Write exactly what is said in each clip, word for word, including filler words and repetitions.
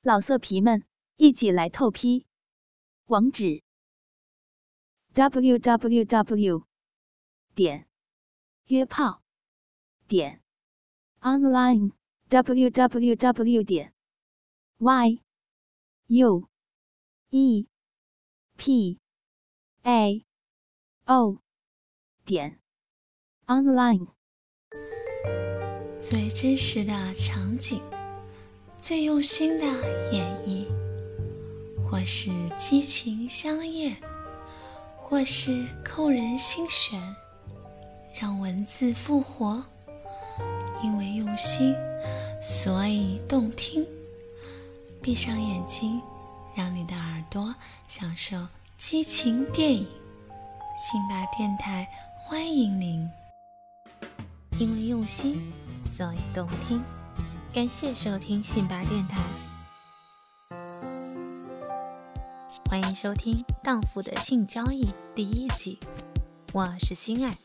老色皮们，一起来透批！网址 ：double u double u double u 点约炮点 online double u double u double u 点 y u e p a o 点 online。 最真实的场景，最用心的演绎，或是激情相艳，或是扣人心弦，让文字复活。因为用心，所以动听。闭上眼睛，让你的耳朵享受激情电影。辛巴电台欢迎您。因为用心，所以动听。感谢收听辛巴电台，欢迎收听《荡妇的性交易》第一集，我是心爱。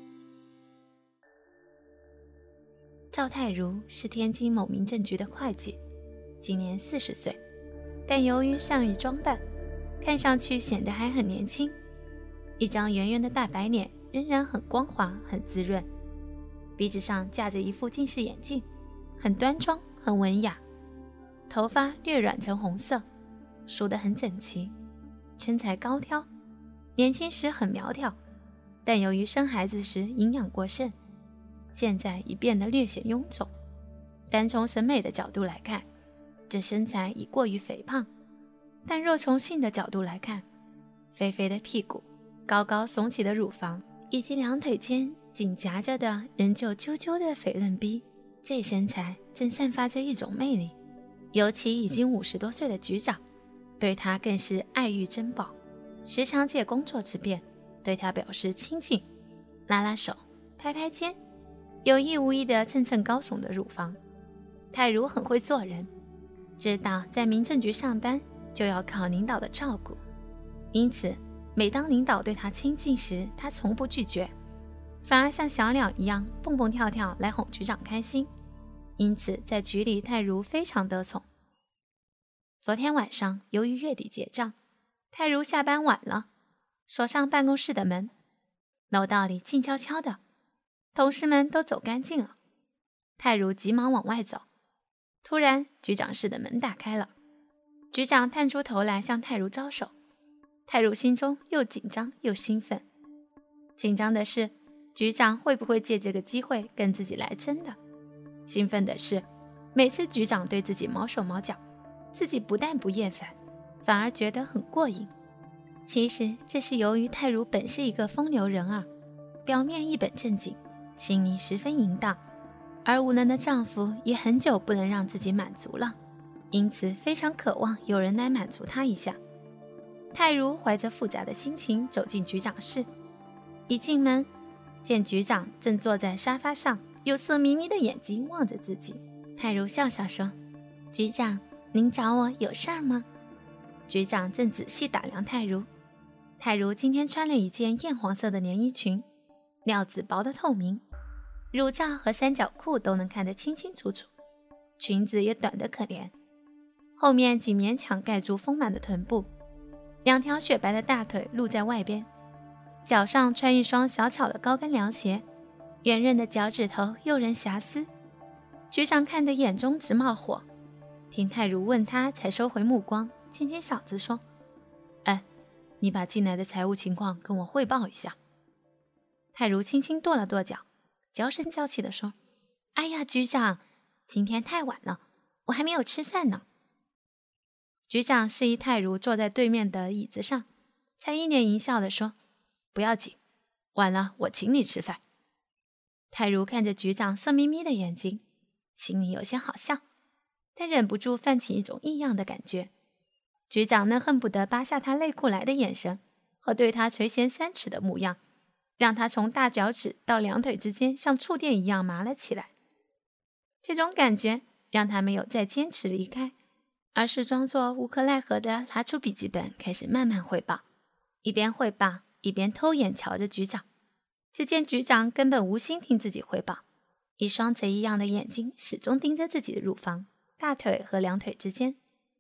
赵太如是天津某民政局的会计，今年四十岁，但由于善于装扮，看上去显得还很年轻。一张圆圆的大白脸仍然很光滑，很滋润。鼻子上架着一副近视眼镜，很端庄，很文雅。头发略染成红色，梳得很整齐，身材高挑。年轻时很苗条，但由于生孩子时营养过剩，现在已变得略显臃肿。单从审美的角度来看，这身材已过于肥胖，但若从性的角度来看，肥肥的屁股，高高耸起的乳房，以及两腿间紧夹着的仍旧啾啾的肥嫩逼，这身材正散发着一种魅力。尤其已经五十多岁的局长，对他更是爱欲珍宝，时常借工作之便对他表示亲近，拉拉手，拍拍肩，有意无意地蹭蹭高耸的乳房。太如很会做人，知道在民政局上班就要靠领导的照顾，因此每当领导对他亲近时，他从不拒绝，反而像小鸟一样蹦蹦跳跳来哄局长开心。因此在局里太如非常得宠。昨天晚上由于月底结账，太如下班晚了，锁上办公室的门，楼道里静悄悄的，同事们都走干净了。太如急忙往外走，突然局长室的门打开了，局长探出头来向太如招手。太如心中又紧张又兴奋，紧张的是局长会不会借这个机会跟自己来真的，兴奋的是每次局长对自己毛手毛脚，自己不但不厌烦，反而觉得很过瘾。其实这是由于太如本是一个风流人儿，表面一本正经，心里十分淫荡，而无能的丈夫也很久不能让自己满足了，因此非常渴望有人来满足他一下。太如怀着复杂的心情走进局长室，一进门见局长正坐在沙发上，有色眯眯的眼睛望着自己。太如笑笑说：局长，您找我有事儿吗？局长正仔细打量太如。太如今天穿了一件艳黄色的连衣裙，料子薄得透明，乳罩和三角裤都能看得清清楚楚，裙子也短得可怜，后面仅勉强盖住丰满的臀部，两条雪白的大腿露在外边，脚上穿一双小巧的高跟凉鞋，圆润的脚趾头诱人遐思。局长看得眼中直冒火，听太如问他才收回目光，清清嗓子说：哎，你把进来的财务情况跟我汇报一下。太如轻轻跺了跺脚，娇声娇气地说：哎呀，局长，今天太晚了，我还没有吃饭呢。局长示意太如坐在对面的椅子上，才一脸淫笑地说：不要紧，晚了我请你吃饭。太如看着局长色眯眯的眼睛，心里有些好笑，但忍不住泛起一种异样的感觉。局长那恨不得扒下他内裤来的眼神和对他垂涎三尺的模样，让他从大脚趾到两腿之间像触电一样麻了起来。这种感觉让他没有再坚持离开，而是装作无可奈何地拿出笔记本开始慢慢汇报，一边汇报一边偷眼瞧着局长。只见局长根本无心听自己汇报，一双贼一样的眼睛始终盯着自己的乳房、大腿和两腿之间，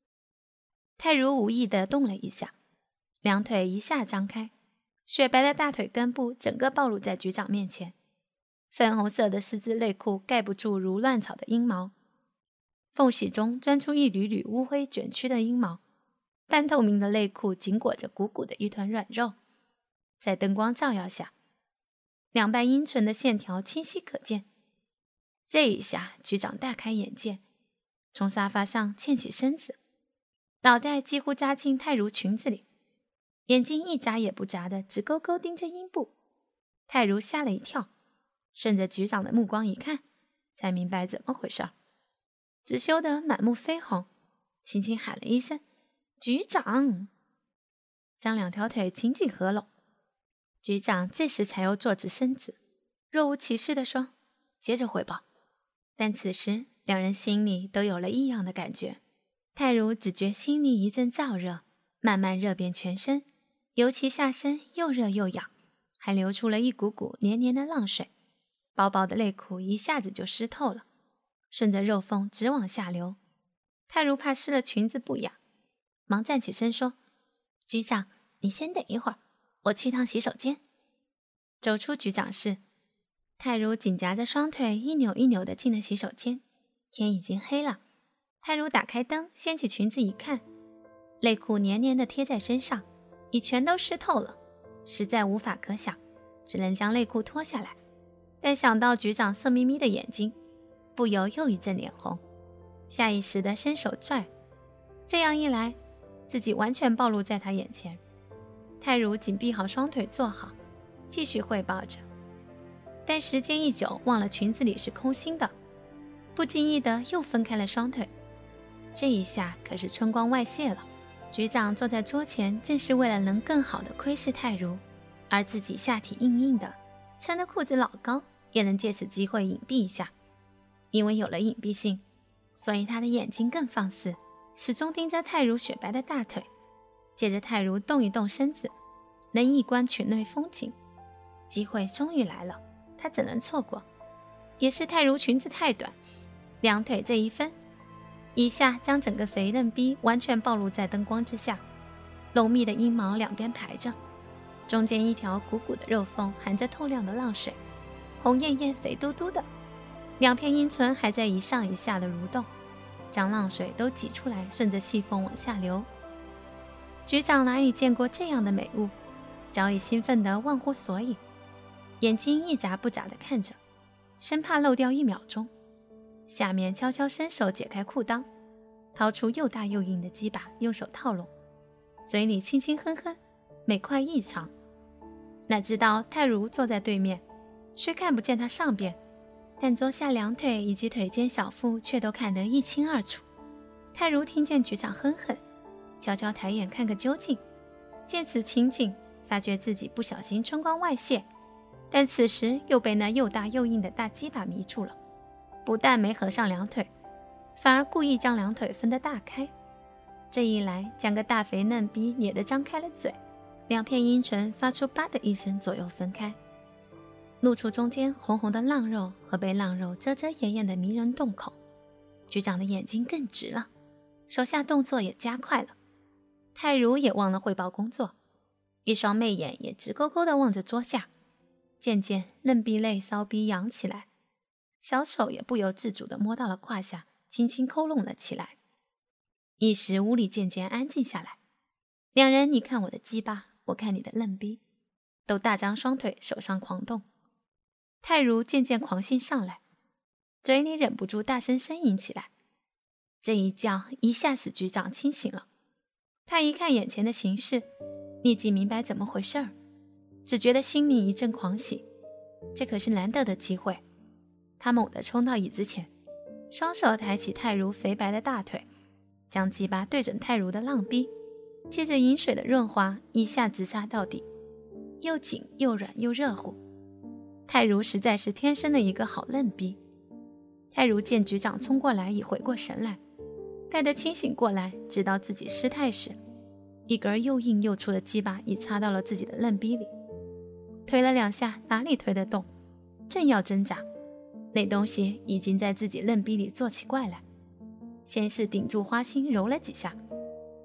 泰如无意地动了一下，两腿一下张开，雪白的大腿根部整个暴露在局长面前，粉红色的丝织内裤盖不住如乱草的阴毛，缝隙中钻出一缕缕乌灰卷曲的阴毛，半透明的内裤紧裹着鼓鼓的一团软肉，在灯光照耀下，两瓣阴唇的线条清晰可见。这一下，局长大开眼界，从沙发上欠起身子，脑袋几乎扎进泰如裙子里，眼睛一眨也不眨的直勾勾盯着阴部。泰如吓了一跳，顺着局长的目光一看，才明白怎么回事，只羞得满目绯红，轻轻喊了一声局长，将两条腿紧紧合拢。局长这时才又坐直身子，若无其事地说，接着汇报。但此时两人心里都有了异样的感觉，泰如只觉心里一阵燥热，慢慢热遍全身，尤其下身又热又痒，还流出了一股股黏黏的浪水，薄薄的内裤一下子就湿透了，顺着肉缝直往下流。泰如怕湿了裙子不雅，忙站起身说，局长，你先等一会儿，我去趟洗手间。走出局长室，泰如紧夹着双腿一扭一扭地进了洗手间。天已经黑了，泰如打开灯，掀起裙子一看，内裤黏黏地贴在身上，已全都湿透了，实在无法可想，只能将内裤脱下来。但想到局长色眯眯的眼睛，不由又一阵脸红，下意识地伸手拽，这样一来，自己完全暴露在他眼前。泰如紧闭好双腿坐好，继续汇报着。但时间一久，忘了裙子里是空心的，不经意的又分开了双腿。这一下可是春光外泄了。局长坐在桌前，正是为了能更好的窥视泰如，而自己下体硬硬的，穿的裤子老高，也能借此机会隐蔽一下。因为有了隐蔽性，所以他的眼睛更放肆，始终盯着泰如雪白的大腿，借着泰如动一动身子，能一观裙内风景。机会终于来了，他怎能错过？也是泰如裙子太短，两腿这一分，一下将整个肥嫩逼完全暴露在灯光之下，浓密的阴毛两边排着，中间一条鼓鼓的肉缝含着透亮的浪水，红艳艳肥嘟嘟的，两片阴唇还在一上一下的蠕动，将浪水都挤出来，顺着细缝往下流。局长哪里见过这样的美物，早已兴奋得忘乎所以，眼睛一眨不眨地看着，生怕漏掉一秒钟。下面悄悄伸手解开裤裆，掏出又大又硬的鸡巴，用手套拢，嘴里轻轻哼哼，美快异常。哪知道泰如坐在对面，虽看不见他上边，但桌下两腿以及腿间小腹却都看得一清二楚。泰如听见局长哼哼，悄悄抬眼看个究竟，见此情景，发觉自己不小心春光外泄，但此时又被那又大又硬的大鸡巴迷住了，不但没合上两腿，反而故意将两腿分得大开。这一来，将个大肥嫩逼捏得张开了嘴，两片阴唇发出吧的一声左右分开，露出中间红红的浪肉和被浪肉遮遮掩掩的迷人洞口。局长的眼睛更直了，手下动作也加快了。泰如也忘了汇报工作，一双媚眼也直勾勾地望着桌下，渐渐嫩逼内骚逼扬起来，小手也不由自主地摸到了胯下，轻轻抠拢了起来。一时屋里渐渐安静下来，两人你看我的鸡巴，我看你的嫩逼，都大张双腿手上狂动。泰如渐渐狂性上来，嘴里忍不住大声呻吟起来。这一觉一下使局长清醒了，他一看眼前的形势，立即明白怎么回事儿，只觉得心里一阵狂喜，这可是难得的机会。他猛地冲到椅子前，双手抬起泰如肥白的大腿，将鸡巴对准泰如的浪逼，借着饮水的润滑，一下直插到底，又紧又软又热乎。泰如实在是天生的一个好嫩逼。泰如见局长冲过来，已回过神来，待得清醒过来，知道自己失态时，一根又硬又粗的鸡巴已插到了自己的嫩逼里，推了两下，哪里推得动，正要挣扎，那东西已经在自己嫩逼里做起怪来，先是顶住花心揉了几下，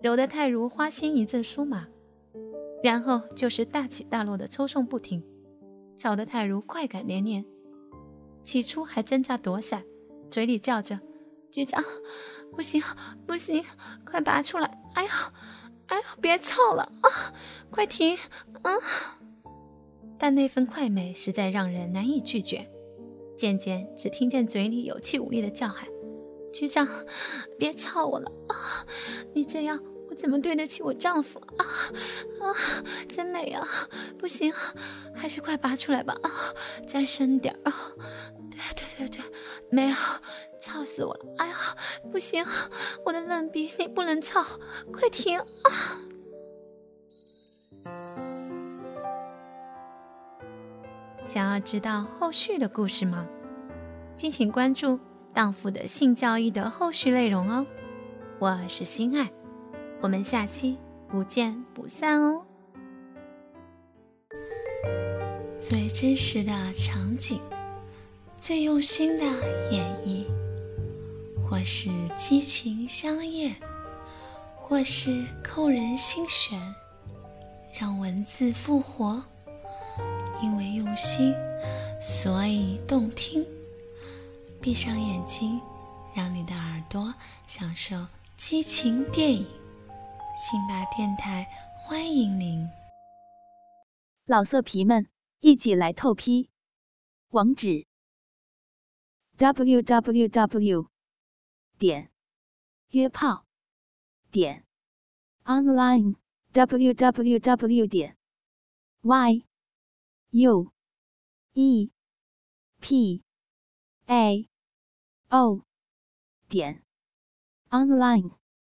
揉得泰如花心一阵酥麻，然后就是大起大落的抽送不停，吵得泰如快感连连。起初还挣扎躲闪，嘴里叫着：“局长，不行不行，快拔出来！哎呀哎呀，别操了啊，快停！”啊！但那份快美实在让人难以拒绝，渐渐只听见嘴里有气无力的叫喊：“局长，别操我了啊！你这样我怎么对得起我丈夫啊啊！真美啊！不行，还是快拔出来吧啊！再深点啊！对对对对，没有，操死我了！哎呀，不行，我的嫩逼你不能操，快停啊！”想要知道后续的故事吗？敬请关注荡妇的性教义的后续内容哦。我是心爱，我们下期不见不散哦。最真实的场景，最用心的演绎，或是激情相艳，或是扣人心弦，让文字复活。因为用心，所以动听。闭上眼睛，让你的耳朵享受激情电影。辛巴电台欢迎您， 老色皮们一起来透批。网址 ：double-u double-u double-u 点约炮点 online double-u double-u double-u 点 y u e p a o 点 online。